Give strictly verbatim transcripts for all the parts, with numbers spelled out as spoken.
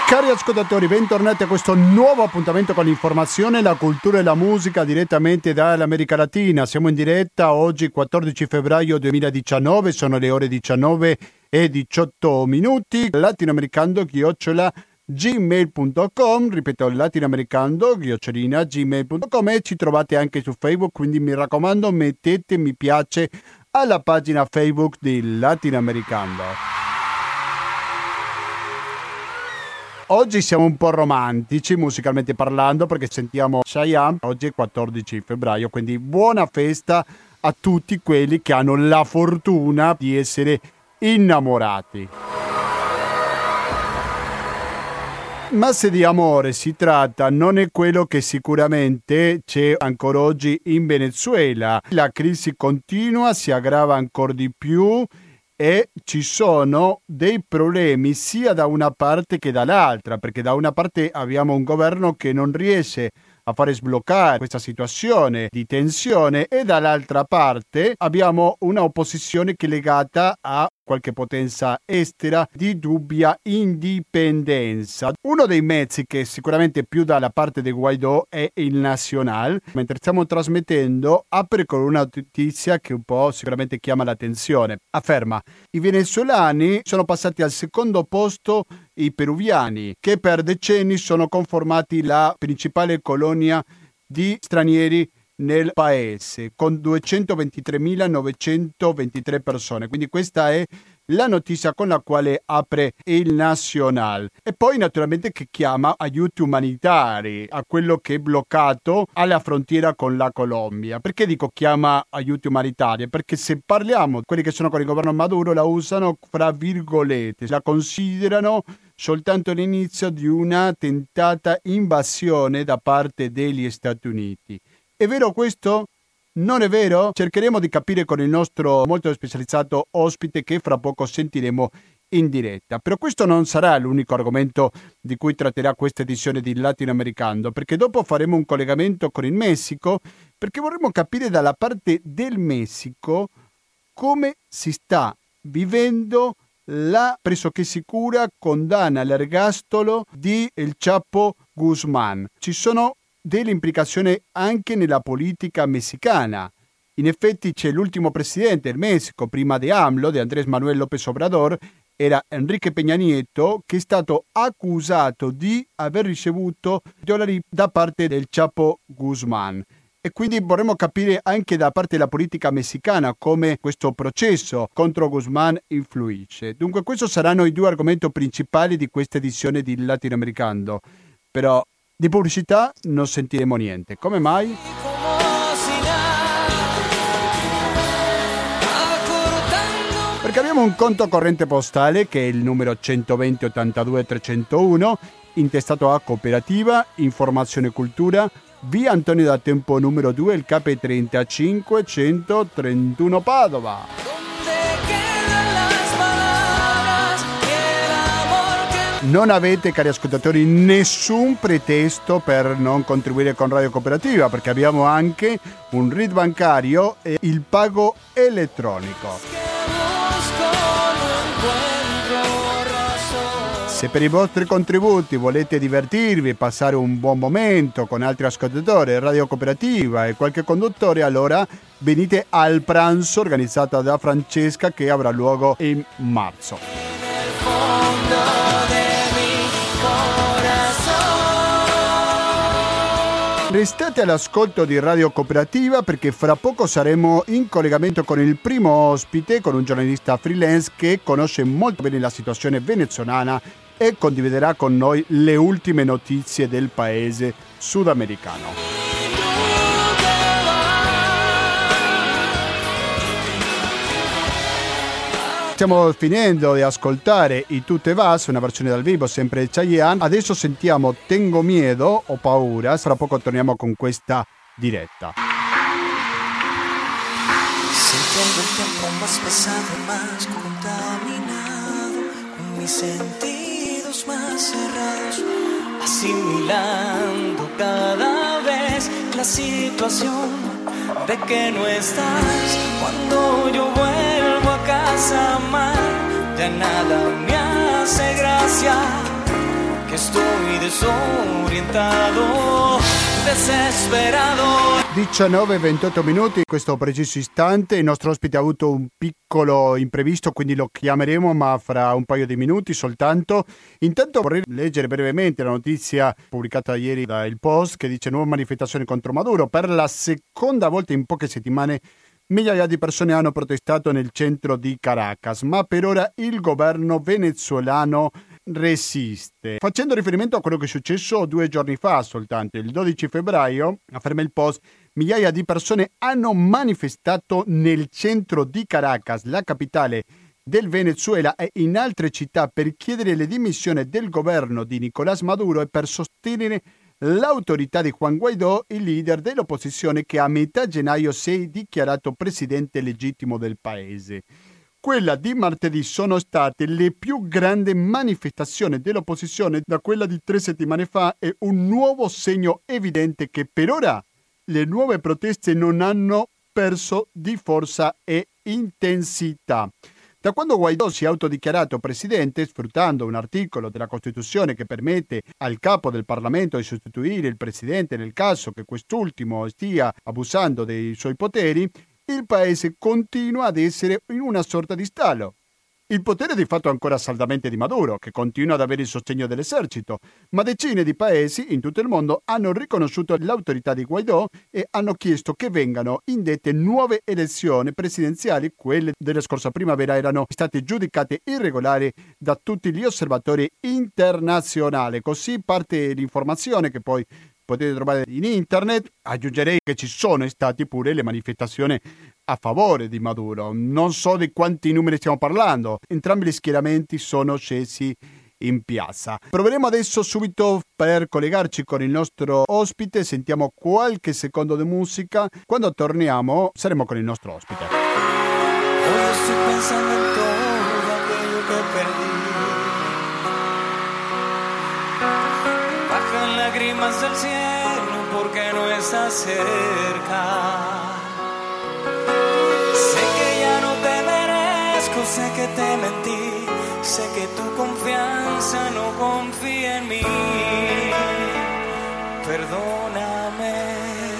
Cari ascoltatori, bentornati a questo nuovo appuntamento con l'informazione, la cultura e la musica direttamente dall'America Latina. Siamo in diretta oggi quattordici febbraio duemiladiciannove, sono le ore diciannove e diciotto minuti. Latinoamericano chiocciola gmail punto com, ripeto latinoamericano chiocciolina gmail punto com, e ci trovate anche su Facebook, quindi mi raccomando mettete mi piace alla pagina Facebook di Latinoamericano. Oggi siamo un po' romantici musicalmente parlando perché sentiamo Chayanne. Oggi è quattordici febbraio, quindi buona festa a tutti quelli che hanno la fortuna di essere innamorati. Ma se di amore si tratta, non è quello che sicuramente c'è ancora oggi in Venezuela. La crisi continua, si aggrava ancora di più e ci sono dei problemi sia da una parte che dall'altra, perché da una parte abbiamo un governo che non riesce a fare sbloccare questa situazione di tensione e dall'altra parte abbiamo una opposizione che è legata a qualche potenza estera di dubbia indipendenza. Uno dei mezzi che sicuramente più dalla parte di Guaidó è il Nacional. Mentre stiamo trasmettendo apre con una notizia che un po' sicuramente chiama l'attenzione. Afferma: i venezuelani sono passati al secondo posto i peruviani, che per decenni sono conformati la principale colonia di stranieri nel paese, con duecentoventitremilanovecentoventitré persone. Quindi questa è la notizia con la quale apre il Nacional. E poi naturalmente che chiama aiuti umanitari a quello che è bloccato alla frontiera con la Colombia. Perché dico chiama aiuti umanitari? Perché se parliamo di quelli che sono con il governo Maduro la usano fra virgolette, la considerano soltanto l'inizio di una tentata invasione da parte degli Stati Uniti. È vero questo? Non è vero? Cercheremo di capire con il nostro molto specializzato ospite che fra poco sentiremo in diretta. Però questo non sarà l'unico argomento di cui tratterà questa edizione di Latinoamericano, perché dopo faremo un collegamento con il Messico, perché vorremmo capire dalla parte del Messico come si sta vivendo la pressoché sicura condanna all'ergastolo di El Chapo Guzmán. Ci sono delle implicazioni anche nella politica messicana. In effetti c'è l'ultimo presidente del Messico, prima di AMLO, di Andrés Manuel López Obrador, era Enrique Peña Nieto, che è stato accusato di aver ricevuto dollari da parte del Chapo Guzmán. E quindi vorremmo capire anche da parte della politica messicana come questo processo contro Guzmán influisce. Dunque questi saranno i due argomenti principali di questa edizione di Latinoamericano. Però di pubblicità non sentiremo niente. Come mai? Perché abbiamo un conto corrente postale che è il numero centoventi ottantadue trecentouno, intestato a Cooperativa Informazione e Cultura, via Antonio da Tempo numero due, il K trentacinque centotrentuno Padova. Non avete, cari ascoltatori, nessun pretesto per non contribuire con Radio Cooperativa, perché abbiamo anche un R I D bancario e il pago elettronico. Se per i vostri contributi volete divertirvi, passare un buon momento con altri ascoltatori, Radio Cooperativa e qualche conduttore, allora venite al pranzo organizzato da Francesca che avrà luogo in marzo. Restate all'ascolto di Radio Cooperativa perché fra poco saremo in collegamento con il primo ospite, con un giornalista freelance che conosce molto bene la situazione venezuelana e condividerà con noi le ultime notizie del paese sudamericano. Stiamo finendo di ascoltare I Tu Te Vas, una versione dal vivo sempre di Chayanne. Adesso sentiamo Tengo Miedo o Paura. Fra poco torniamo con questa diretta. Sintiendo el tiempo más pesado, más contaminado, con mis sentidos más cerrados, asimilando cada vez la situación de que no estás. Cuando yo vuelvo a casa mal, ya nada me hace gracia, que desorientado, desesperado. diciannove e ventotto minuti, in questo preciso istante il nostro ospite ha avuto un piccolo imprevisto, quindi lo chiameremo, ma fra un paio di minuti soltanto. Intanto vorrei leggere brevemente la notizia pubblicata ieri da Il Post, che dice: nuove manifestazioni contro Maduro. Per la seconda volta in poche settimane migliaia di persone hanno protestato nel centro di Caracas, ma per ora il governo venezuelano resiste. Facendo riferimento a quello che è successo due giorni fa soltanto, il dodici febbraio, afferma Il Post, migliaia di persone hanno manifestato nel centro di Caracas, la capitale del Venezuela, e in altre città per chiedere le dimissioni del governo di Nicolás Maduro e per sostenere l'autorità di Juan Guaidó, il leader dell'opposizione che a metà gennaio si è dichiarato presidente legittimo del paese. Quella di martedì sono state le più grandi manifestazioni dell'opposizione da quella di tre settimane fa e un nuovo segno evidente che per ora le nuove proteste non hanno perso di forza e intensità. Da quando Guaidó si è autodichiarato presidente, sfruttando un articolo della Costituzione che permette al capo del Parlamento di sostituire il presidente nel caso che quest'ultimo stia abusando dei suoi poteri, il paese continua ad essere in una sorta di stallo. Il potere è di fatto ancora saldamente di Maduro, che continua ad avere il sostegno dell'esercito, ma decine di paesi in tutto il mondo hanno riconosciuto l'autorità di Guaidó e hanno chiesto che vengano indette nuove elezioni presidenziali. Quelle della scorsa primavera erano state giudicate irregolari da tutti gli osservatori internazionali. Così parte l'informazione che poi potete trovare in internet. Aggiungerei che ci sono stati pure le manifestazioni a favore di Maduro. Non so di quanti numeri stiamo parlando. Entrambi gli schieramenti sono scesi in piazza. Proveremo adesso subito per collegarci con il nostro ospite. Sentiamo qualche secondo di musica. Quando torniamo saremo con il nostro ospite. Hoy estoy pensando en todo aquello que perdí. Bajan lágrimas del cielo porque no estás cerca. Sé que ya no te merezco, sé que te mentí, sé que tu confianza no confía en mí. Perdóname.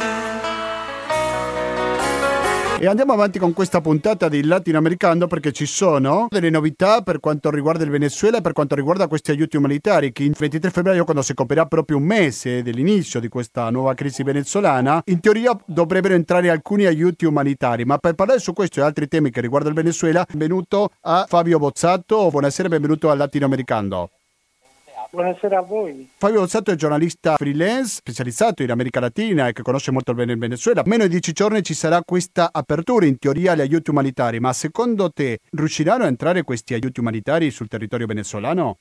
E andiamo avanti con questa puntata di Latinoamericano perché ci sono delle novità per quanto riguarda il Venezuela e per quanto riguarda questi aiuti umanitari che il ventitré febbraio, quando si compirà proprio un mese dell'inizio di questa nuova crisi venezuelana, in teoria dovrebbero entrare alcuni aiuti umanitari. Ma per parlare su questo e altri temi che riguardano il Venezuela, benvenuto a Fabio Bozzato. Buonasera e benvenuto a Latinoamericano. Buonasera a voi. Fabio Bozzato è giornalista freelance specializzato in America Latina e che conosce molto bene il Venezuela. A meno di dieci giorni ci sarà questa apertura in teoria agli aiuti umanitari, ma secondo te riusciranno a entrare questi aiuti umanitari sul territorio venezuelano?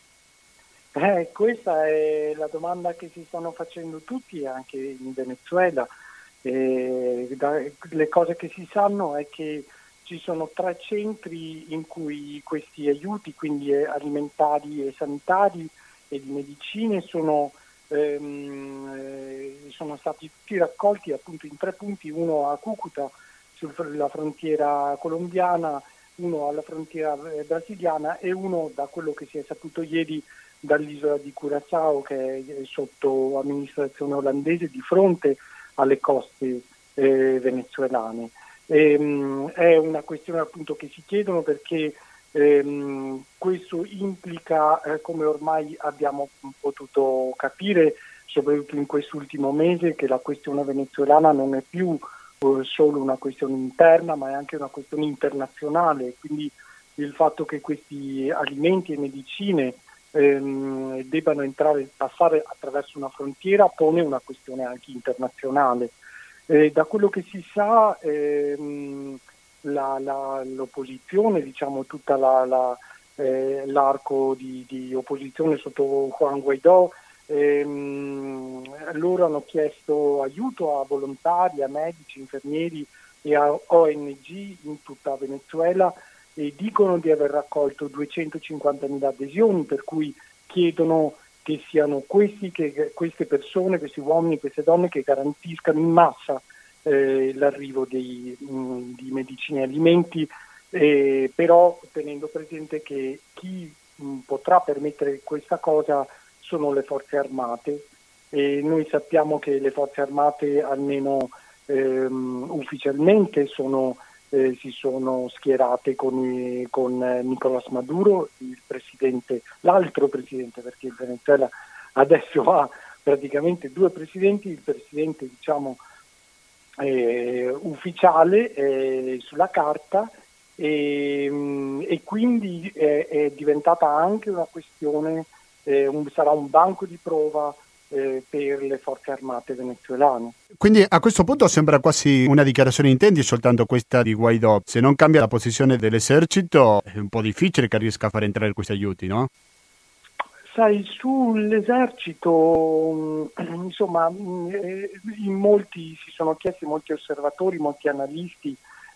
Eh, questa è la domanda che si stanno facendo tutti anche in Venezuela. Eh, da, le cose che si sanno è che ci sono tre centri in cui questi aiuti, quindi alimentari e sanitari e di medicine, sono, ehm, eh, sono stati tutti raccolti appunto in tre punti, uno a Cúcuta sulla frontiera colombiana, uno alla frontiera brasiliana e uno, da quello che si è saputo ieri, dall'isola di Curaçao, che è sotto amministrazione olandese di fronte alle coste eh, venezuelane. Ehm, è una questione appunto che si chiedono perché ehm, questo implica, eh, come ormai abbiamo potuto capire, soprattutto in quest'ultimo mese, che la questione venezuelana non è più eh, solo una questione interna, ma è anche una questione internazionale. Quindi il fatto che questi alimenti e medicine ehm, debbano entrare, passare attraverso una frontiera, pone una questione anche internazionale. Eh, da quello che si sa, ehm, la, la, l'opposizione, diciamo tutta la, la, eh, l'arco di, di opposizione sotto Juan Guaidó, ehm, loro hanno chiesto aiuto a volontari, a medici, infermieri e a O N G in tutta Venezuela e dicono di aver raccolto duecentocinquantamila adesioni, per cui chiedono che siano questi, che, queste persone, questi uomini, queste donne che garantiscano in massa eh, l'arrivo dei, mh, di medicine e alimenti, eh, però tenendo presente che chi mh, potrà permettere questa cosa sono le forze armate, e noi sappiamo che le forze armate almeno ehm, ufficialmente sono, eh, si sono schierate con, i, con eh, Nicolás Maduro, il presidente, l'altro presidente, perché il Venezuela adesso ha praticamente due presidenti, il presidente diciamo eh, ufficiale eh, sulla carta, e, e quindi è, è diventata anche una questione, eh, un, sarà un banco di prova eh, per le forze armate venezuelane. Quindi a questo punto sembra quasi una dichiarazione di intenti soltanto questa di Guaidó. Se non cambia la posizione dell'esercito è un po' difficile che riesca a far entrare questi aiuti, no? Sai, sull'esercito, insomma, in molti si sono chiesti, molti osservatori, molti analisti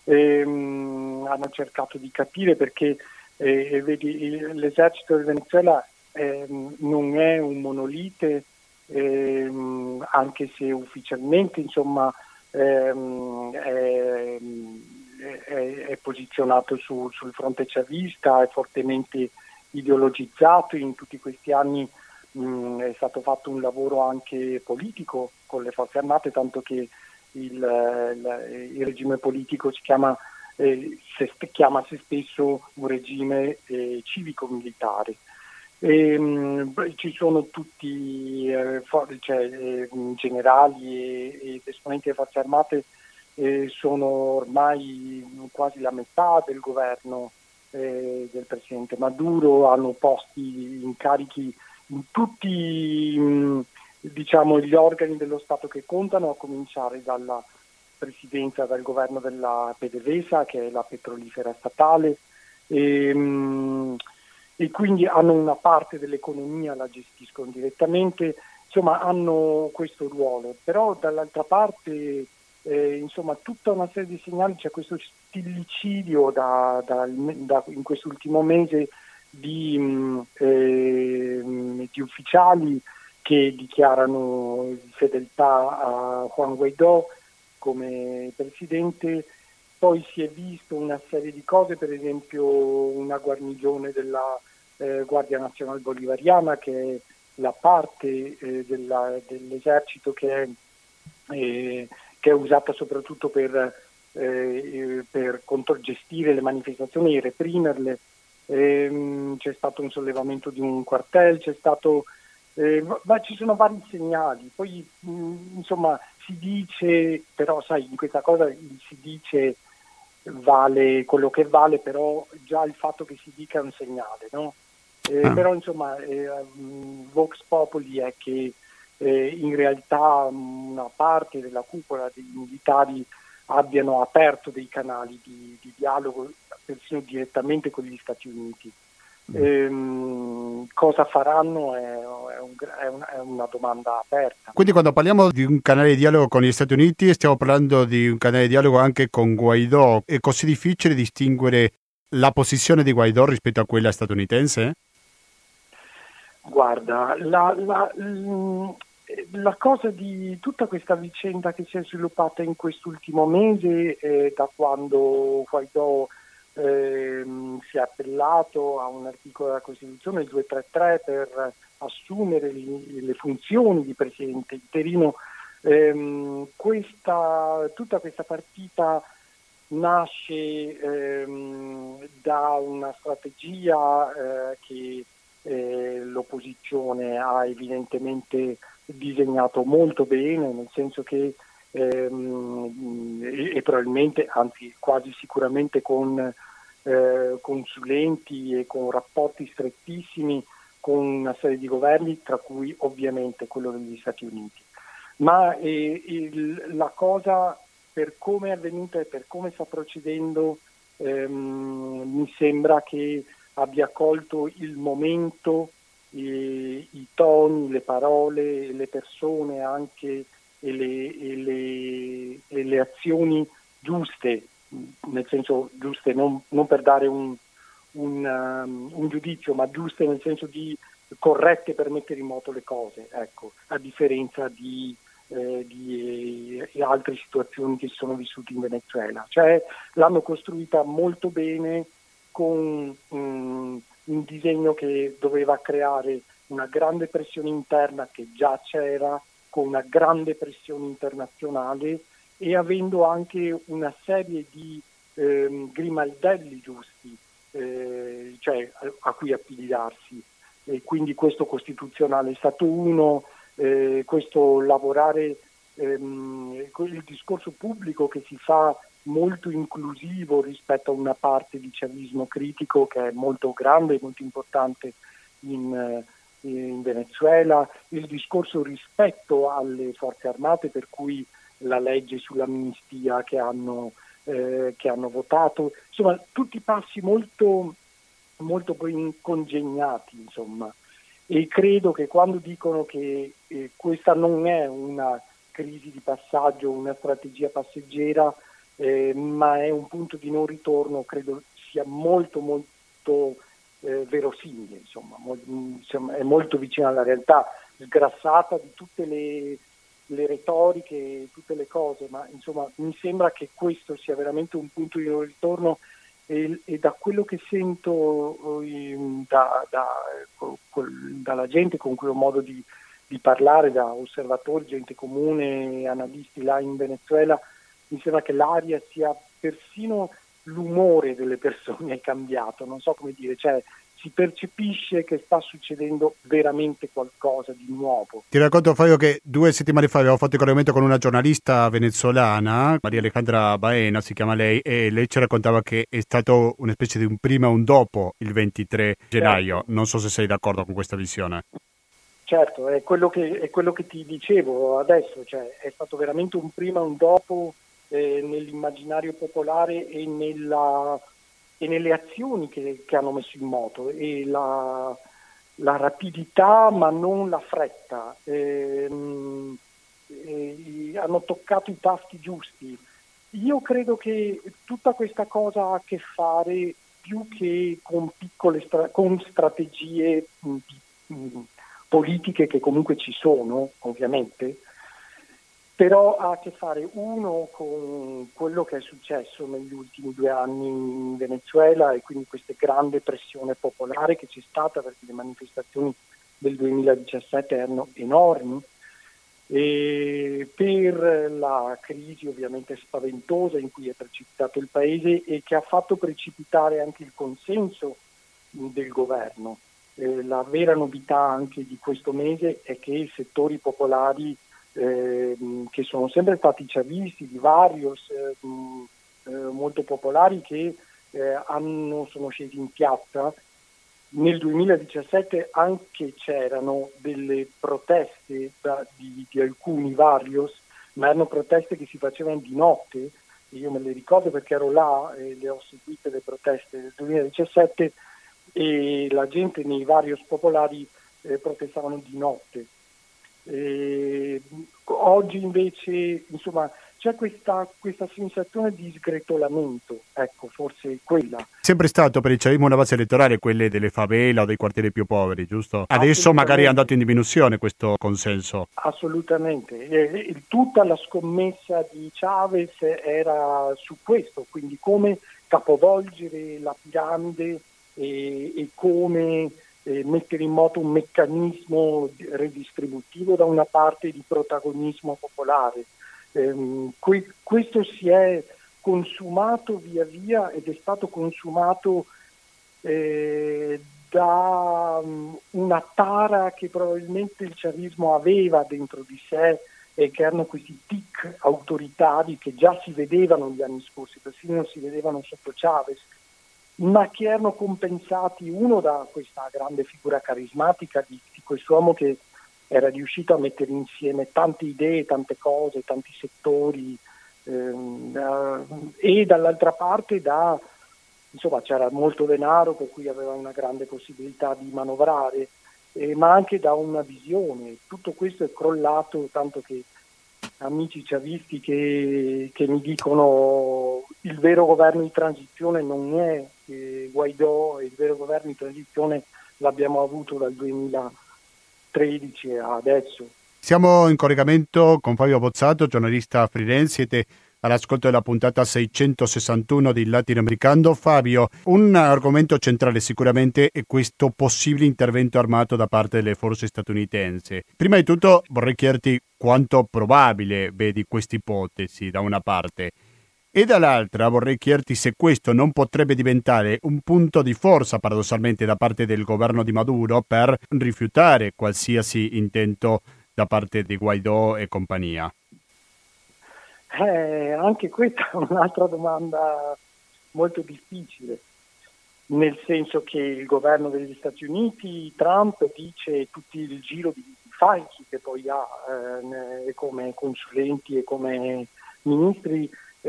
ehm, hanno cercato di capire perché eh, vedi, l'esercito del Venezuela ehm, non è un monolite, ehm, anche se ufficialmente, insomma, ehm, è, è, è posizionato su, sul fronte chavista, è fortemente ideologizzato. In tutti questi anni mh, è stato fatto un lavoro anche politico con le forze armate, tanto che il, il, il regime politico si chiama, eh, se, chiama se stesso un regime eh, civico-militare. E, mh, ci sono tutti eh, for- cioè, eh, generali e, e esponenti delle forze armate, eh, sono ormai quasi la metà del governo Eh, del presidente Maduro, hanno posti incarichi in tutti mh, diciamo gli organi dello Stato che contano, a cominciare dalla presidenza, dal governo della PDVSA, che è la petrolifera statale, e, mh, e quindi hanno una parte dell'economia, la gestiscono direttamente, insomma hanno questo ruolo. Però dall'altra parte Eh, insomma, tutta una serie di segnali, c'è questo stillicidio da, da, da, in quest'ultimo mese di, mh, eh, di ufficiali che dichiarano fedeltà a Juan Guaidó come presidente. Poi si è visto una serie di cose, per esempio una guarnigione della eh, Guardia Nazionale Bolivariana, che è la parte eh, della, dell'esercito che è eh, che è usata soprattutto per, eh, per controgestire le manifestazioni e reprimerle. Ehm, c'è stato un sollevamento di un quartel, c'è stato, eh, ma ci sono vari segnali. Poi mh, insomma si dice, però sai, in questa cosa si dice vale quello che vale, però già il fatto che si dica è un segnale, no? Eh, Ah. Però insomma eh, Vox Populi è che Eh, in realtà una parte della cupola dei militari abbiano aperto dei canali di, di dialogo persino direttamente con gli Stati Uniti. Mm. Ehm, cosa faranno è, è, un, è, un, è una domanda aperta. Quindi quando parliamo di un canale di dialogo con gli Stati Uniti stiamo parlando di un canale di dialogo anche con Guaidó. È così difficile distinguere la posizione di Guaidó rispetto a quella statunitense? Guarda, la, la, la cosa di tutta questa vicenda che si è sviluppata in quest'ultimo mese, eh, da quando Guaidó eh, si è appellato a un articolo della Costituzione, il duecentotrentatré, per assumere le, le funzioni di presidente interino, ehm, questa, tutta questa partita nasce ehm, da una strategia eh, che Eh, l'opposizione ha evidentemente disegnato molto bene, nel senso che ehm, e, e probabilmente, anzi quasi sicuramente con eh, consulenti e con rapporti strettissimi con una serie di governi, tra cui ovviamente quello degli Stati Uniti. Ma eh, il, la cosa, per come è avvenuta e per come sta procedendo, ehm, mi sembra che abbia colto il momento, i, i toni, le parole, le persone anche e le, e le, e le azioni giuste, nel senso giuste non, non per dare un, un, um, un giudizio, ma giuste nel senso di corrette per mettere in moto le cose, ecco, a differenza di, eh, di eh, altre situazioni che si sono vissute in Venezuela. Cioè l'hanno costruita molto bene, con mh, un disegno che doveva creare una grande pressione interna che già c'era, con una grande pressione internazionale e avendo anche una serie di ehm, grimaldelli giusti, eh, cioè a, a cui appigliarsi. E quindi questo costituzionale è stato uno, eh, questo lavorare, ehm, il discorso pubblico che si fa molto inclusivo rispetto a una parte di chavismo critico che è molto grande e molto importante in, in Venezuela, il discorso rispetto alle forze armate, per cui la legge sull'amnistia che hanno, eh, che hanno votato, insomma tutti passi molto, molto ben congegnati, insomma. E credo che quando dicono che eh, questa non è una crisi di passaggio, una strategia passeggera, Eh, ma è un punto di non ritorno, credo sia molto molto eh, verosimile, insomma, mo- insomma, è molto vicino alla realtà, sgrassata di tutte le, le retoriche, tutte le cose, ma insomma mi sembra che questo sia veramente un punto di non ritorno e, e da quello che sento eh, da, da, col, col, dalla gente con cui ho modo di, di parlare, da osservatori, gente comune, analisti là in Venezuela, mi sembra che l'aria sia, persino l'umore delle persone è cambiato, non so come dire, cioè si percepisce che sta succedendo veramente qualcosa di nuovo. Ti racconto, Fabio, che due settimane fa avevo fatto il collegamento con una giornalista venezuelana, Maria Alejandra Baena si chiama lei, e lei ci raccontava che è stato una specie di un prima e un dopo il ventitré gennaio. Certo. Non so se sei d'accordo con questa visione. Certo, è quello che, è quello che ti dicevo adesso, cioè è stato veramente un prima e un dopo eh, nell'immaginario popolare e, nella, e nelle azioni che, che hanno messo in moto, e la, la rapidità ma non la fretta, ehm, eh, hanno toccato i tasti giusti. Io credo che tutta questa cosa ha a che fare più che con piccole stra- con strategie mh, mh, politiche che comunque ci sono, ovviamente, però ha a che fare uno con quello che è successo negli ultimi due anni in Venezuela e quindi questa grande pressione popolare che c'è stata, perché le manifestazioni del duemiladiciassette erano enormi, e per la crisi ovviamente spaventosa in cui è precipitato il paese e che ha fatto precipitare anche il consenso del governo. Eh, la vera novità anche di questo mese è che i settori popolari eh, che sono sempre stati chavisti, di varios, eh, eh, molto popolari, che eh, hanno, sono scesi in piazza. Nel duemiladiciassette anche c'erano delle proteste da, di, di alcuni varios, ma erano proteste che si facevano di notte. Io me le ricordo perché ero là e le ho seguite le proteste del duemiladiciassette, e la gente nei varios popolari eh, protestavano di notte. E oggi invece, insomma, c'è questa, questa sensazione di sgretolamento, ecco, forse quella. Sempre stato per il chavismo una base elettorale, quelle delle favela o dei quartieri più poveri, giusto? Adesso magari è andato in diminuzione questo consenso. Assolutamente, e, e tutta la scommessa di Chavez era su questo, quindi come capovolgere la piramide e, e come eh, mettere in moto un meccanismo redistributivo da una parte di protagonismo popolare. Ehm, que- questo si è consumato via via ed è stato consumato eh, da um, una tara che probabilmente il chavismo aveva dentro di sé, e che erano questi tic autoritari che già si vedevano negli anni scorsi, persino si vedevano sotto Chavez, ma che erano compensati, uno, da questa grande figura carismatica di, di quest'uomo che era riuscito a mettere insieme tante idee, tante cose, tanti settori, ehm, e dall'altra parte da, insomma, c'era molto denaro, per cui aveva una grande possibilità di manovrare, eh, ma anche da una visione. Tutto questo è crollato, tanto che amici chavisti che, che mi dicono il vero governo di transizione non è eh, Guaidó, il vero governo di transizione l'abbiamo avuto dal duemilatredici a adesso. Siamo in collegamento con Fabio Bozzato, giornalista freelance. Siete all'ascolto della puntata seicentosessantuno di Latinoamericano. Fabio, un argomento centrale sicuramente è questo possibile intervento armato da parte delle forze statunitensi. Prima di tutto vorrei chiederti quanto probabile vedi questa ipotesi da una parte, e dall'altra vorrei chiederti se questo non potrebbe diventare un punto di forza paradossalmente da parte del governo di Maduro per rifiutare qualsiasi intento da parte di Guaidó e compagnia. Eh, anche questa è un'altra domanda molto difficile, nel senso che il governo degli Stati Uniti, Trump, dice tutto il giro di falchi che poi ha eh, come consulenti e come ministri,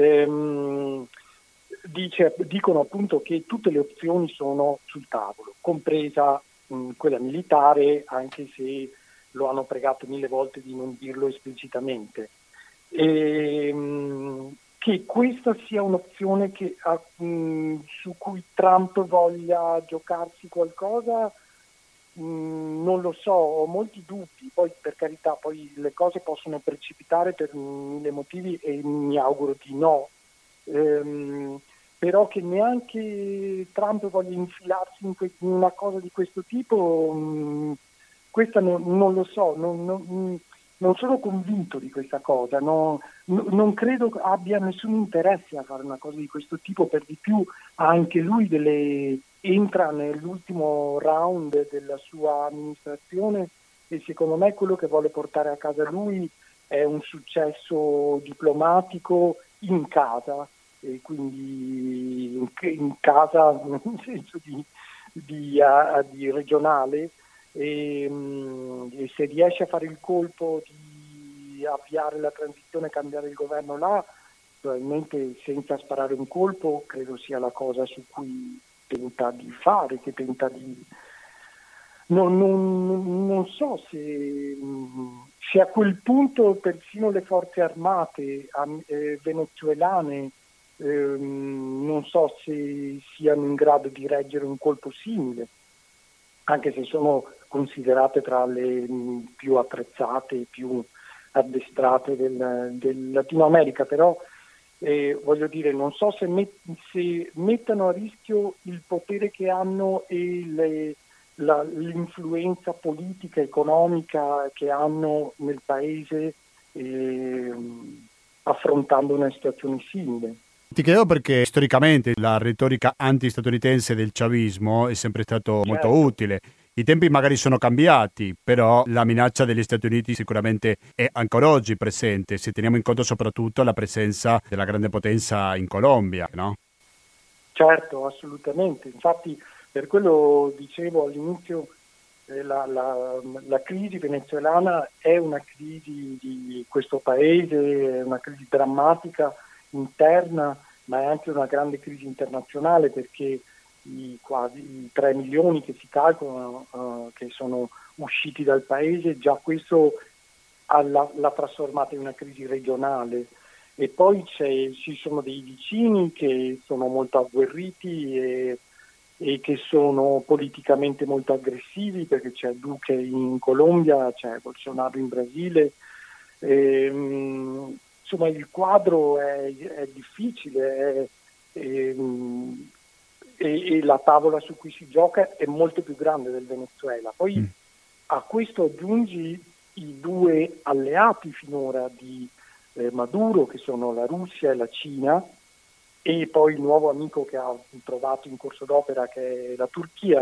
ehm, dice, dicono appunto che tutte le opzioni sono sul tavolo, compresa mh, quella militare, anche se lo hanno pregato mille volte di non dirlo esplicitamente. E, mh, che questa sia un'opzione che, mh, su cui Trump voglia giocarsi qualcosa, mh, non lo so, ho molti dubbi, poi per carità poi le cose possono precipitare per mille motivi e mi auguro di no, ehm, però che neanche Trump voglia infilarsi in, que- in una cosa di questo tipo, mh, questa no, non lo so, non, non, non sono convinto di questa cosa, no, no, non credo abbia nessun interesse a fare una cosa di questo tipo, per di più ha anche lui delle, entra nell'ultimo round della sua amministrazione e secondo me quello che vuole portare a casa lui è un successo diplomatico in casa, e quindi in, in casa nel senso di, di, uh, di regionale. E, e se riesce a fare il colpo di avviare la transizione e cambiare il governo là, probabilmente senza sparare un colpo, credo sia la cosa su cui tenta di fare, che tenta di... Non, non, non so se, se a quel punto persino le forze armate eh, venezuelane eh, non so se siano in grado di reggere un colpo simile, anche se sono considerate tra le più attrezzate e più addestrate del, del Latino America, però eh, voglio dire, non so se, met, se mettano a rischio il potere che hanno e le, la, l'influenza politica, economica che hanno nel paese eh, affrontando una situazione simile. Ti chiedo perché storicamente la retorica anti-statunitense del chavismo è sempre stato certo. molto utile. I tempi magari sono cambiati, però la minaccia degli Stati Uniti sicuramente è ancora oggi presente, se teniamo in conto soprattutto la presenza della grande potenza in Colombia, no? Certo, assolutamente. Infatti per quello dicevo all'inizio eh, la, la, la crisi venezuelana è una crisi di questo paese, è una crisi drammatica interna, ma è anche una grande crisi internazionale, perché i quasi i tre milioni che si calcolano uh, che sono usciti dal paese, già questo l'ha, l'ha trasformata in una crisi regionale, e poi c'è, ci sono dei vicini che sono molto agguerriti e, e che sono politicamente molto aggressivi, perché c'è Duque in Colombia, c'è Bolsonaro in Brasile, e, um, insomma il quadro è, è difficile, è, è, um, E, e la tavola su cui si gioca è molto più grande del Venezuela. Poi mm. a questo aggiungi i due alleati finora di eh, Maduro, che sono la Russia e la Cina, e poi il nuovo amico che ha trovato in corso d'opera, che è la Turchia,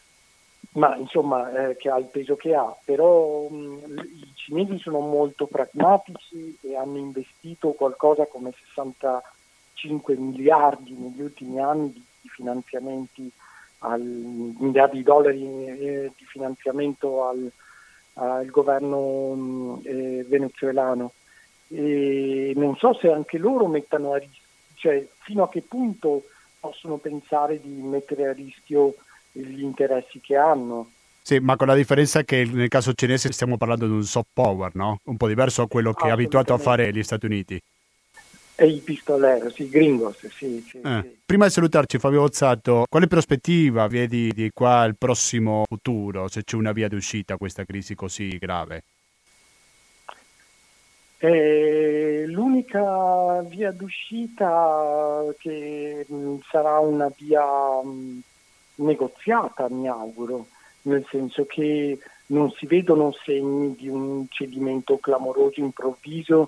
ma insomma eh, che ha il peso che ha. Però mh, i cinesi sono molto pragmatici e hanno investito qualcosa come sessantacinque miliardi negli ultimi anni di di finanziamenti, al, miliardi di dollari eh, di finanziamento al, al governo eh, venezuelano, e non so se anche loro mettano a rischio, cioè fino a che punto possono pensare di mettere a rischio gli interessi che hanno. Sì, ma con la differenza che nel caso cinese stiamo parlando di un soft power, no? Un po' diverso a quello che è abituato a fare gli Stati Uniti. E i pistoleros, i gringos, sì. sì, eh. sì. Prima di salutarci, Fabio Bozzato, quale prospettiva vedi di qua al prossimo futuro, se c'è una via d'uscita a questa crisi così grave? Eh, l'unica via d'uscita che mh, sarà una via mh, negoziata, mi auguro, nel senso che non si vedono segni di un cedimento clamoroso improvviso,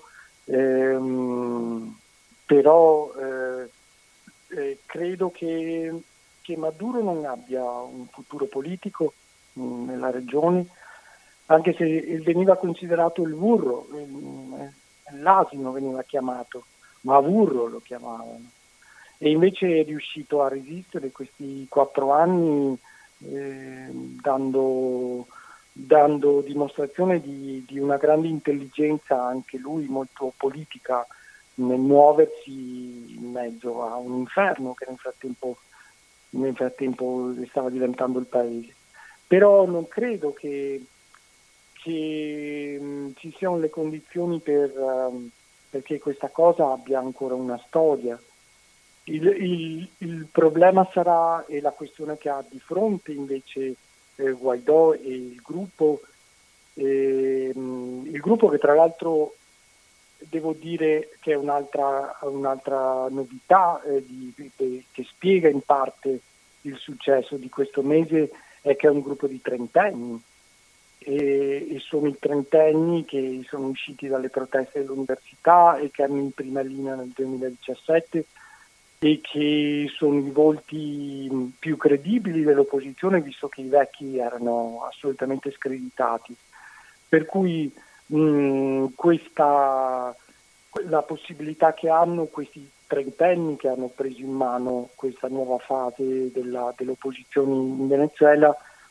ehm, però eh, eh, credo che, che Maduro non abbia un futuro politico mh, nella regione, anche se veniva considerato il burro, l'asino veniva chiamato, ma burro lo chiamavano. E invece è riuscito a resistere questi quattro anni eh, dando, dando dimostrazione di, di una grande intelligenza, anche lui molto politica, nel muoversi in mezzo a un inferno che nel frattempo, nel frattempo stava diventando il paese. Però non credo che che mh, ci siano le condizioni per, um, perché questa cosa abbia ancora una storia. Il, il, il problema sarà, e la questione che ha di fronte invece eh, Guaidó e il gruppo, eh, mh, il gruppo che tra l'altro devo dire che è un'altra, un'altra novità eh, di, di, che spiega in parte il successo di questo mese, è che è un gruppo di trentenni. E, e sono i trentenni che sono usciti dalle proteste dell'università e che erano in prima linea nel duemiladiciassette e che sono i volti più credibili dell'opposizione, visto che i vecchi erano assolutamente screditati. Per cui mh, questa, la possibilità che hanno questi trentenni che hanno preso in mano questa nuova fase della, dell'opposizione in Venezuela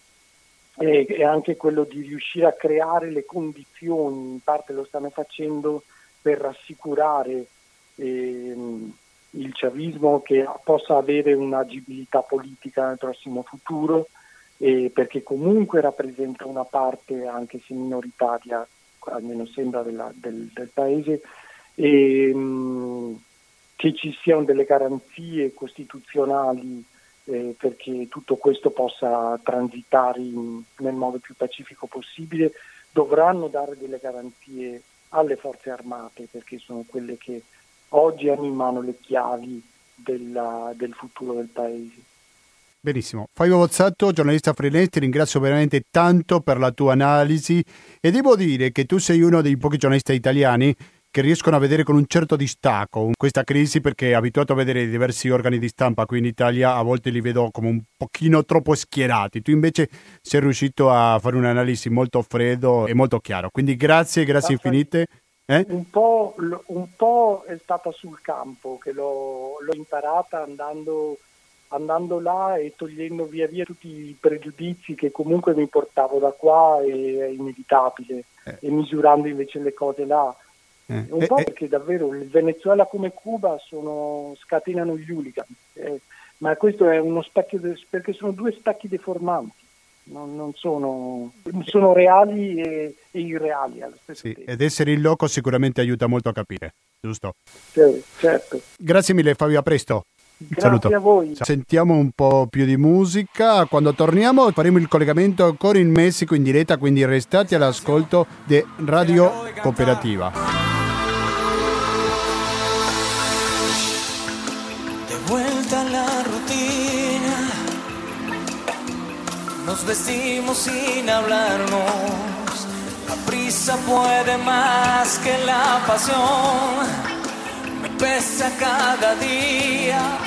e anche quello di riuscire a creare le condizioni, in parte lo stanno facendo, per rassicurare ehm, il chavismo che possa avere un'agibilità politica nel prossimo futuro, eh, perché comunque rappresenta una parte, anche se minoritaria, almeno sembra, della, del, del paese, e mh, che ci siano delle garanzie costituzionali Eh, perché tutto questo possa transitare in, nel modo più pacifico possibile. Dovranno dare delle garanzie alle forze armate, perché sono quelle che oggi hanno in mano le chiavi della, del futuro del paese. Benissimo. Fabio Bozzato, giornalista freelance, ti ringrazio veramente tanto per la tua analisi e devo dire che tu sei uno dei pochi giornalisti italiani che riescono a vedere con un certo distacco questa crisi, perché abituato a vedere diversi organi di stampa qui in Italia, a volte li vedo come un pochino troppo schierati. Tu invece sei riuscito a fare un'analisi molto freddo e molto chiaro. Quindi grazie, grazie infinite. Eh? Un po', un po' è stata sul campo, che l'ho, l'ho imparata andando, andando là e togliendo via via tutti i pregiudizi che comunque mi portavo da qua, e è inevitabile, eh. e misurando invece le cose là. Eh, un eh, po' perché davvero il Venezuela come Cuba sono, scatenano gli hooligan, eh, ma questo è uno specchio de, perché sono due specchi deformanti, non, non sono, sono reali e, e irreali allo stesso sì, tempo. Ed essere in loco sicuramente aiuta molto a capire, giusto? Sì, certo. Grazie mille Fabio, a presto. Grazie Saluto. a voi. Sentiamo un po' più di musica. Quando torniamo faremo il collegamento ancora in Messico in diretta, quindi restate all'ascolto di Radio Cooperativa. Vuelta a la rutina, nos vestimos sin hablarnos, la prisa puede más que la pasión, me pesa cada día,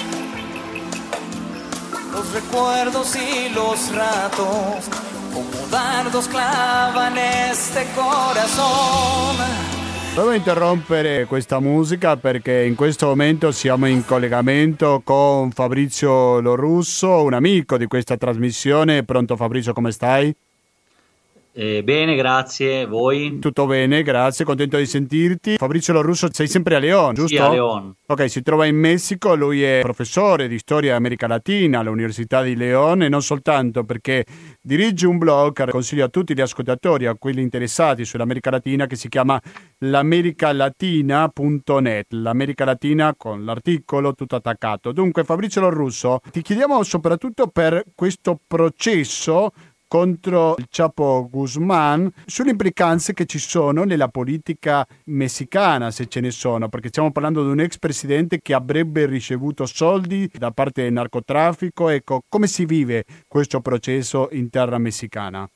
los recuerdos y los ratos, como dardos clavan este corazón. Provo a interrompere questa musica perché in questo momento siamo in collegamento con Fabrizio Lorusso, un amico di questa trasmissione. Pronto Fabrizio, come stai? Eh, bene, grazie. Voi? Tutto bene, grazie, contento di sentirti. Fabrizio Lorusso, sei sempre a León, giusto? Sì, a León. Ok, si trova in Messico, lui è professore di storia America Latina all'Università di León e non soltanto, perché dirige un blog, consiglio a tutti gli ascoltatori, a quelli interessati sull'America Latina, che si chiama l'americalatina punto net, l'America Latina con l'articolo tutto attaccato. Dunque Fabrizio Lorusso, ti chiediamo soprattutto per questo processo contro il Chapo Guzman, sulle implicanze che ci sono nella politica messicana, se ce ne sono, perché stiamo parlando di un ex presidente che avrebbe ricevuto soldi da parte del narcotraffico. Ecco, come si vive questo processo in terra messicana?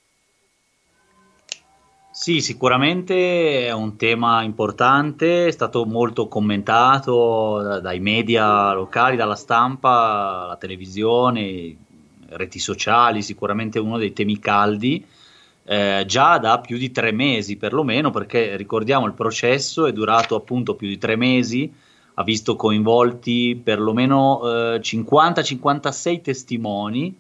Sì, sicuramente è un tema importante, è stato molto commentato dai media locali, dalla stampa, la televisione, reti sociali, sicuramente uno dei temi caldi, eh, già da più di tre mesi perlomeno, perché ricordiamo il processo è durato appunto più di tre mesi, ha visto coinvolti perlomeno eh, cinquanta cinquantasei testimoni.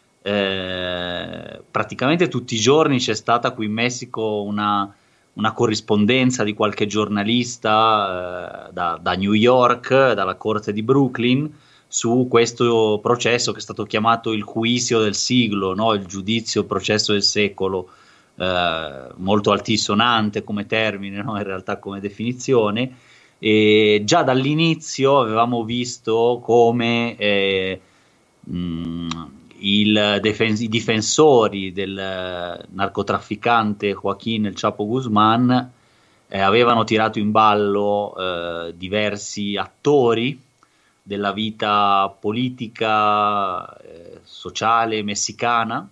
Eh, praticamente tutti i giorni c'è stata qui in Messico una, una corrispondenza di qualche giornalista eh, da, da New York, dalla corte di Brooklyn, su questo processo che è stato chiamato il juicio del siglo, no? Il giudizio, il processo del secolo, eh, molto altisonante come termine, no? In realtà come definizione. E già dall'inizio avevamo visto come eh, mh, Il defen- i difensori del eh, narcotrafficante Joaquín El Chapo Guzman eh, avevano tirato in ballo eh, diversi attori della vita politica, eh, sociale messicana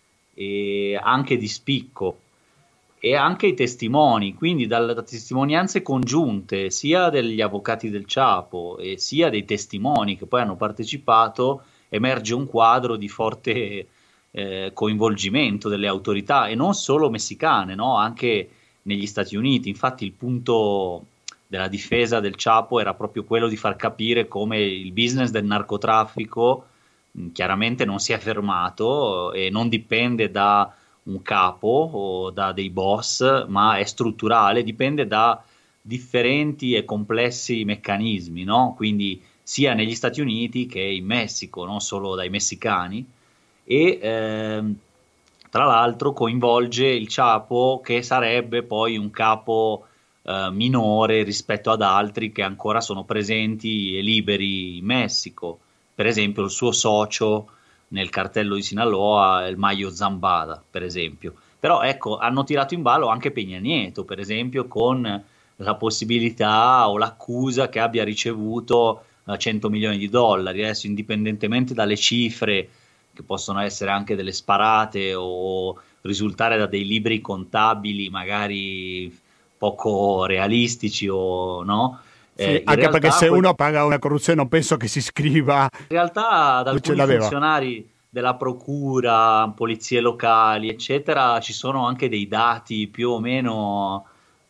e anche di spicco, e anche i testimoni, quindi dalle da testimonianze congiunte sia degli avvocati del Chapo e sia dei testimoni che poi hanno partecipato, emerge un quadro di forte eh, coinvolgimento delle autorità, e non solo messicane, no? Anche negli Stati Uniti. Infatti il punto della difesa del Chapo era proprio quello di far capire come il business del narcotraffico mh, chiaramente non si è fermato e non dipende da un capo o da dei boss, ma è strutturale, dipende da differenti e complessi meccanismi, no? Quindi sia negli Stati Uniti che in Messico, non solo dai messicani, e ehm, tra l'altro coinvolge il Chapo, che sarebbe poi un capo eh, minore rispetto ad altri che ancora sono presenti e liberi in Messico. Per esempio il suo socio nel cartello di Sinaloa, il Mayo Zambada, per esempio. Però ecco, hanno tirato in ballo anche Peña Nieto, per esempio, con la possibilità o l'accusa che abbia ricevuto cento milioni di dollari. Adesso, indipendentemente dalle cifre, che possono essere anche delle sparate o risultare da dei libri contabili magari poco realistici o no, sì, eh, anche perché se quel... uno paga una corruzione non penso che si scriva. In realtà da alcuni funzionari della procura, polizie locali eccetera ci sono anche dei dati più o meno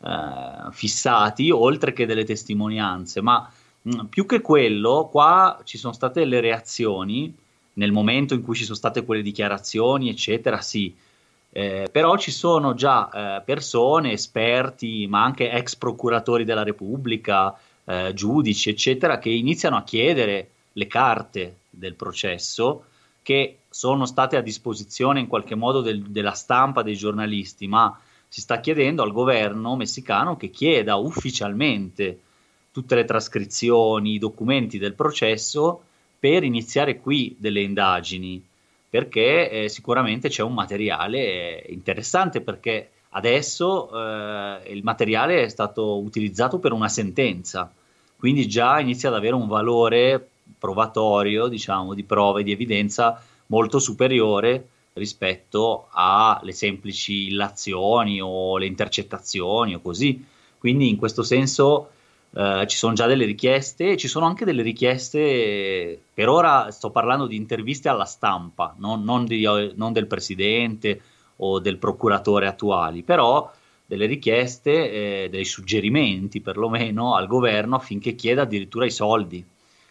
eh, fissati, oltre che delle testimonianze, ma più che quello, qua ci sono state le reazioni nel momento in cui ci sono state quelle dichiarazioni, eccetera, sì, eh, però ci sono già eh, persone, esperti, ma anche ex procuratori della Repubblica, eh, giudici, eccetera, che iniziano a chiedere le carte del processo, che sono state a disposizione in qualche modo del, della stampa, dei giornalisti, ma si sta chiedendo al governo messicano che chieda ufficialmente tutte le trascrizioni, i documenti del processo per iniziare qui delle indagini, perché eh, sicuramente c'è un materiale interessante, perché adesso eh, il materiale è stato utilizzato per una sentenza, quindi già inizia ad avere un valore provatorio, diciamo, di prova e di evidenza molto superiore rispetto alle semplici illazioni o le intercettazioni o così. Quindi in questo senso Uh, ci sono già delle richieste, ci sono anche delle richieste, per ora sto parlando di interviste alla stampa, non, non, di, non del presidente o del procuratore attuali, però delle richieste, eh, dei suggerimenti perlomeno al governo affinché chieda addirittura i soldi,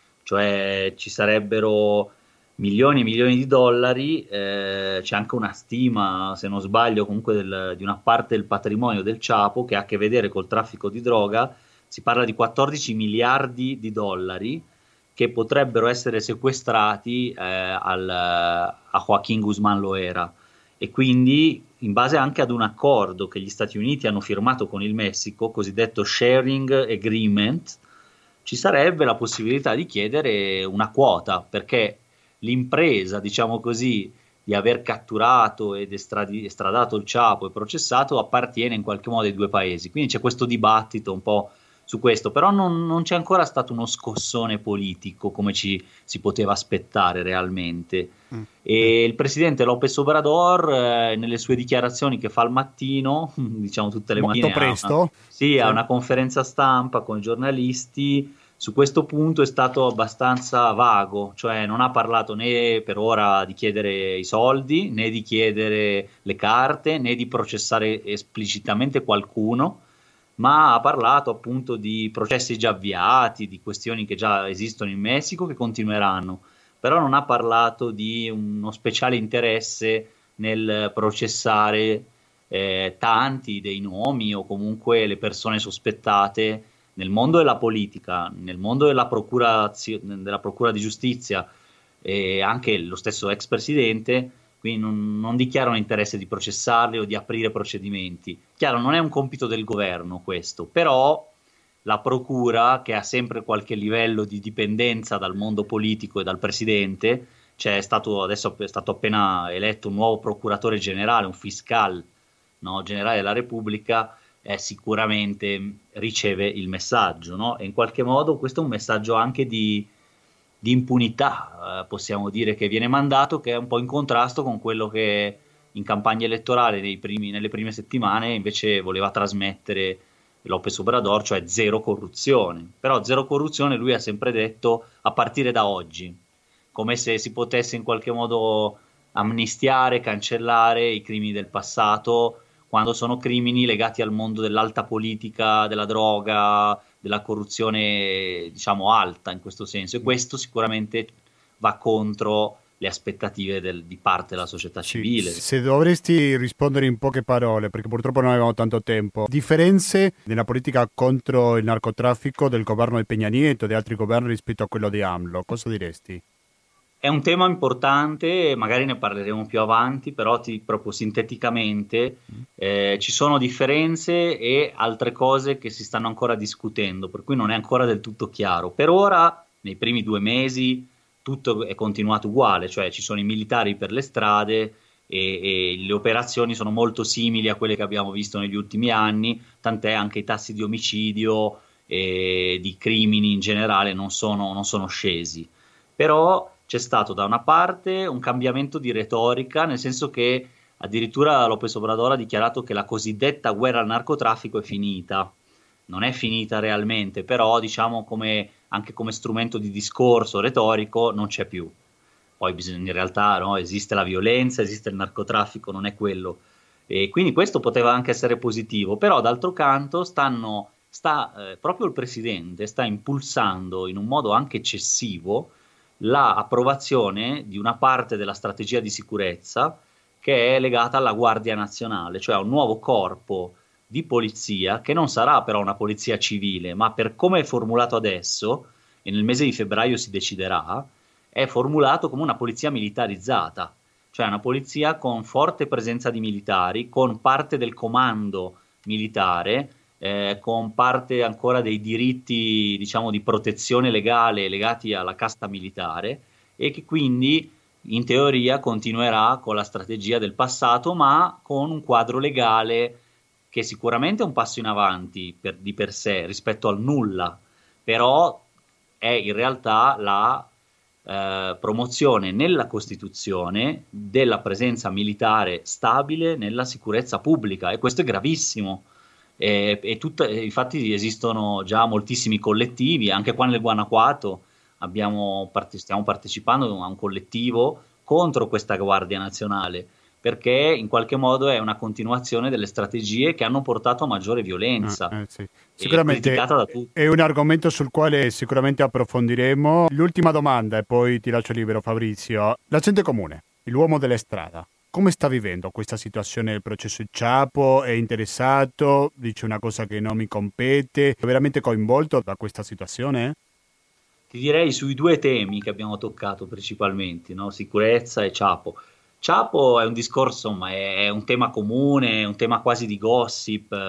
cioè ci sarebbero milioni e milioni di dollari, eh, c'è anche una stima, se non sbaglio, comunque del, di una parte del patrimonio del Chapo che ha a che vedere col traffico di droga. Si parla di quattordici miliardi di dollari che potrebbero essere sequestrati eh, al, a Joaquín Guzmán Loera, e quindi in base anche ad un accordo che gli Stati Uniti hanno firmato con il Messico, cosiddetto sharing agreement, ci sarebbe la possibilità di chiedere una quota, perché l'impresa, diciamo così, di aver catturato ed estradi- estradato il Chapo e processato appartiene in qualche modo ai due paesi. Quindi c'è questo dibattito un po' su questo, però non, non c'è ancora stato uno scossone politico come ci si poteva aspettare realmente. Mm. E il presidente López Obrador, eh, nelle sue dichiarazioni che fa al mattino, diciamo tutte le molto mattine, presto, ha una, sì, sì. ha una conferenza stampa con i giornalisti. Su questo punto è stato abbastanza vago, cioè non ha parlato né per ora di chiedere i soldi, né di chiedere le carte, né di processare esplicitamente qualcuno, ma ha parlato appunto di processi già avviati, di questioni che già esistono in Messico, che continueranno, però non ha parlato di uno speciale interesse nel processare eh, tanti dei nomi o comunque le persone sospettate nel mondo della politica, nel mondo della procura, della procura di giustizia e anche lo stesso ex presidente, quindi non, non dichiarano interesse di processarli o di aprire procedimenti. Chiaro, non è un compito del governo questo, però la procura, che ha sempre qualche livello di dipendenza dal mondo politico e dal presidente, cioè è stato, adesso è stato appena eletto un nuovo procuratore generale, un fiscal, no, generale della Repubblica, eh, sicuramente riceve il messaggio, no? E in qualche modo questo è un messaggio anche di, di impunità, eh, possiamo dire, che viene mandato, che è un po' in contrasto con quello che in campagna elettorale nei primi, nelle prime settimane invece voleva trasmettere López Obrador, cioè zero corruzione. Però zero corruzione lui ha sempre detto a partire da oggi, come se si potesse in qualche modo amnistiare, cancellare i crimini del passato, quando sono crimini legati al mondo dell'alta politica, della droga, della corruzione, diciamo, alta in questo senso. E questo sicuramente va contro le aspettative del, di parte della società civile. Sì, se dovresti rispondere in poche parole, perché purtroppo non abbiamo tanto tempo, differenze nella politica contro il narcotraffico del governo di Peña Nieto e di altri governi rispetto a quello di AMLO, cosa diresti? È un tema importante, magari ne parleremo più avanti, però ti, proprio sinteticamente eh, ci sono differenze e altre cose che si stanno ancora discutendo, per cui non è ancora del tutto chiaro. Per ora, nei primi due mesi, tutto è continuato uguale, cioè ci sono i militari per le strade e, e le operazioni sono molto simili a quelle che abbiamo visto negli ultimi anni, tant'è anche i tassi di omicidio e di crimini in generale non sono, non sono scesi. Però c'è stato da una parte un cambiamento di retorica, nel senso che addirittura López Obrador ha dichiarato che la cosiddetta guerra al narcotraffico è finita. Non è finita realmente, però diciamo come, anche come strumento di discorso retorico non c'è più. Poi bisogna, in realtà no, esiste la violenza, esiste il narcotraffico, non è quello. E quindi questo poteva anche essere positivo, però d'altro canto stanno, sta, eh, proprio il presidente sta impulsando in un modo anche eccessivo la approvazione di una parte della strategia di sicurezza che è legata alla Guardia Nazionale, cioè a un nuovo corpo di polizia che non sarà però una polizia civile, ma per come è formulato adesso, e nel mese di febbraio si deciderà, è formulato come una polizia militarizzata, cioè una polizia con forte presenza di militari, con parte del comando militare, Eh, con parte ancora dei diritti, diciamo, di protezione legale legati alla casta militare e che quindi in teoria continuerà con la strategia del passato, ma con un quadro legale che sicuramente è un passo in avanti per, di per sé rispetto al nulla, però è in realtà la eh, promozione nella Costituzione della presenza militare stabile nella sicurezza pubblica, e questo è gravissimo. E, e tutta, infatti esistono già moltissimi collettivi, anche qua nel Guanajuato abbiamo, parte, stiamo partecipando a un collettivo contro questa Guardia Nazionale, perché in qualche modo è una continuazione delle strategie che hanno portato a maggiore violenza. Ah, eh, sì. Sicuramente da tutti. È un argomento sul quale sicuramente approfondiremo. L'ultima domanda e poi ti lascio libero, Fabrizio. La gente comune, l'uomo della strada, come sta vivendo questa situazione del processo Chapo? È interessato? Dice una cosa che non mi compete? È veramente coinvolto da questa situazione? Ti direi sui due temi che abbiamo toccato principalmente, no? Sicurezza e Chapo. Chapo è un discorso, insomma, è un tema comune, è un tema quasi di gossip.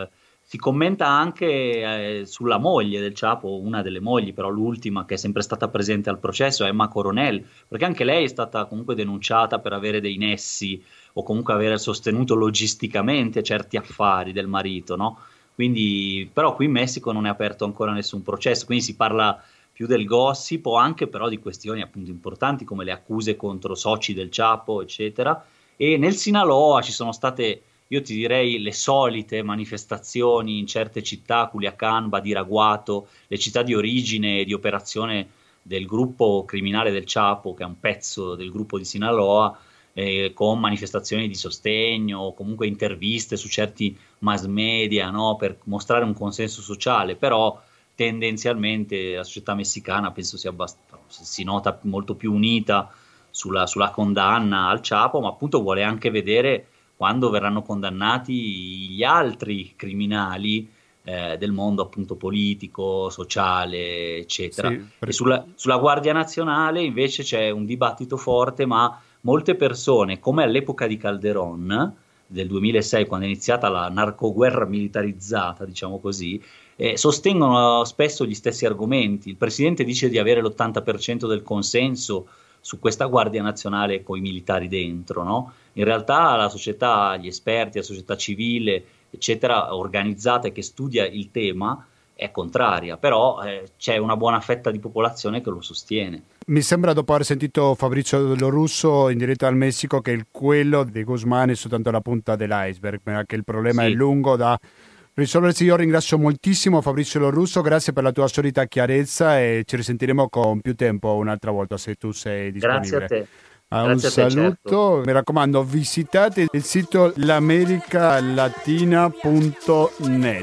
Si commenta anche eh, sulla moglie del Chapo, una delle mogli, però l'ultima che è sempre stata presente al processo, Emma Coronel, perché anche lei è stata comunque denunciata per avere dei nessi o comunque aver sostenuto logisticamente certi affari del marito, no? Quindi, però qui in Messico non è aperto ancora nessun processo, quindi si parla più del gossip o anche però di questioni appunto importanti come le accuse contro soci del Chapo, eccetera. E nel Sinaloa ci sono state, io ti direi, le solite manifestazioni in certe città, Culiacán, Badiraguato, le città di origine e di operazione del gruppo criminale del Chapo, che è un pezzo del gruppo di Sinaloa, eh, con manifestazioni di sostegno o comunque interviste su certi mass media, no, per mostrare un consenso sociale, però tendenzialmente la società messicana penso sia abbast- si nota molto più unita sulla, sulla condanna al Chapo, ma appunto vuole anche vedere quando verranno condannati gli altri criminali eh, del mondo appunto politico, sociale, eccetera. Sì, per... E sulla, sulla Guardia Nazionale invece c'è un dibattito forte, ma molte persone, come all'epoca di Calderón, del duemilasei, quando è iniziata la narcoguerra militarizzata, diciamo così, eh, sostengono spesso gli stessi argomenti. Il presidente dice di avere l'ottanta per cento del consenso su questa Guardia Nazionale con i militari dentro, no? In realtà la società, gli esperti, la società civile, eccetera, organizzata e che studia il tema è contraria, però eh, c'è una buona fetta di popolazione che lo sostiene. Mi sembra, dopo aver sentito Fabrizio Lo Russo in diretta dal Messico, che il quello di Guzmán è soltanto la punta dell'iceberg, che il problema sì. è lungo da risolversi. Io ringrazio moltissimo Fabrizio Lo Russo, grazie per la tua solita chiarezza e ci risentiremo con più tempo un'altra volta se tu sei disponibile. Grazie a te. Ah, grazie un saluto, a te, certo. Mi raccomando, visitate il sito l'americalatina punto net.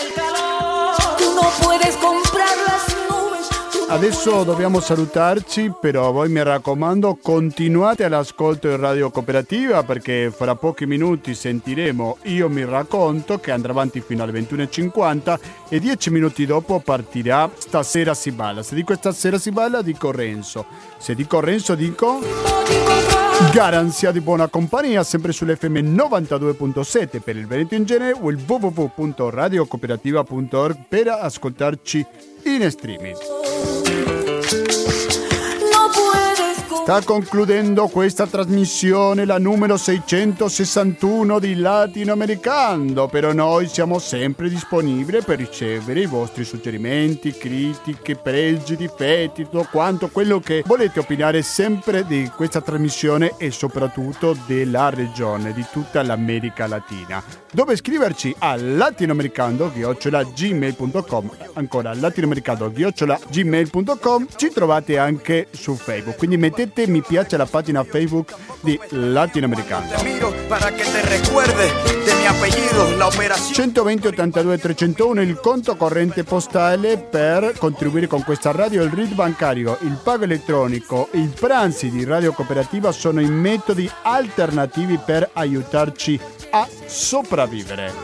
Adesso dobbiamo salutarci, però voi mi raccomando continuate all'ascolto in Radio Cooperativa, perché fra pochi minuti sentiremo Io mi racconto, che andrà avanti fino alle ventuno e cinquanta, e dieci minuti dopo partirà Stasera si balla. Se dico Stasera si balla dico Renzo, se dico Renzo dico garanzia di buona compagnia, sempre sull'F M novantadue virgola sette per il Veneto in genere o il w w w punto radio cooperativa punto org per ascoltarci in streaming. Sta concludendo questa trasmissione la numero seicentosessantuno di Latinoamericano, però noi siamo sempre disponibili per ricevere i vostri suggerimenti, critiche, pregi, difetti, tutto quanto quello che volete opinare sempre di questa trasmissione e soprattutto della regione, di tutta l'America Latina. Dove scriverci a latinoamericano chiocciola gmail punto com, ancora latinoamericano chiocciola gmail punto com. Ci trovate anche su Facebook, quindi mettete mi piace alla pagina Facebook di Latinoamericano. centoventi ottantadue trecentouno il conto corrente postale per contribuire con questa radio, il R I D bancario, il pago elettronico, i pranzi di Radio Cooperativa sono i metodi alternativi per aiutarci a sopravvivere.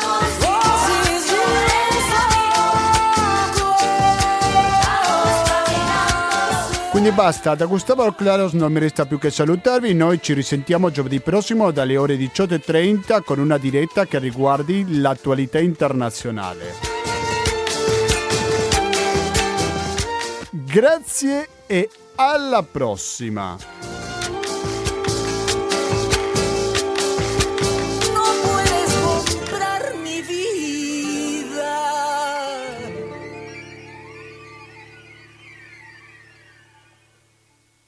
Quindi basta, da Gustavo Claros non mi resta più che salutarvi. Noi ci risentiamo giovedì prossimo dalle ore diciotto e trenta con una diretta che riguardi l'attualità internazionale. Grazie e alla prossima!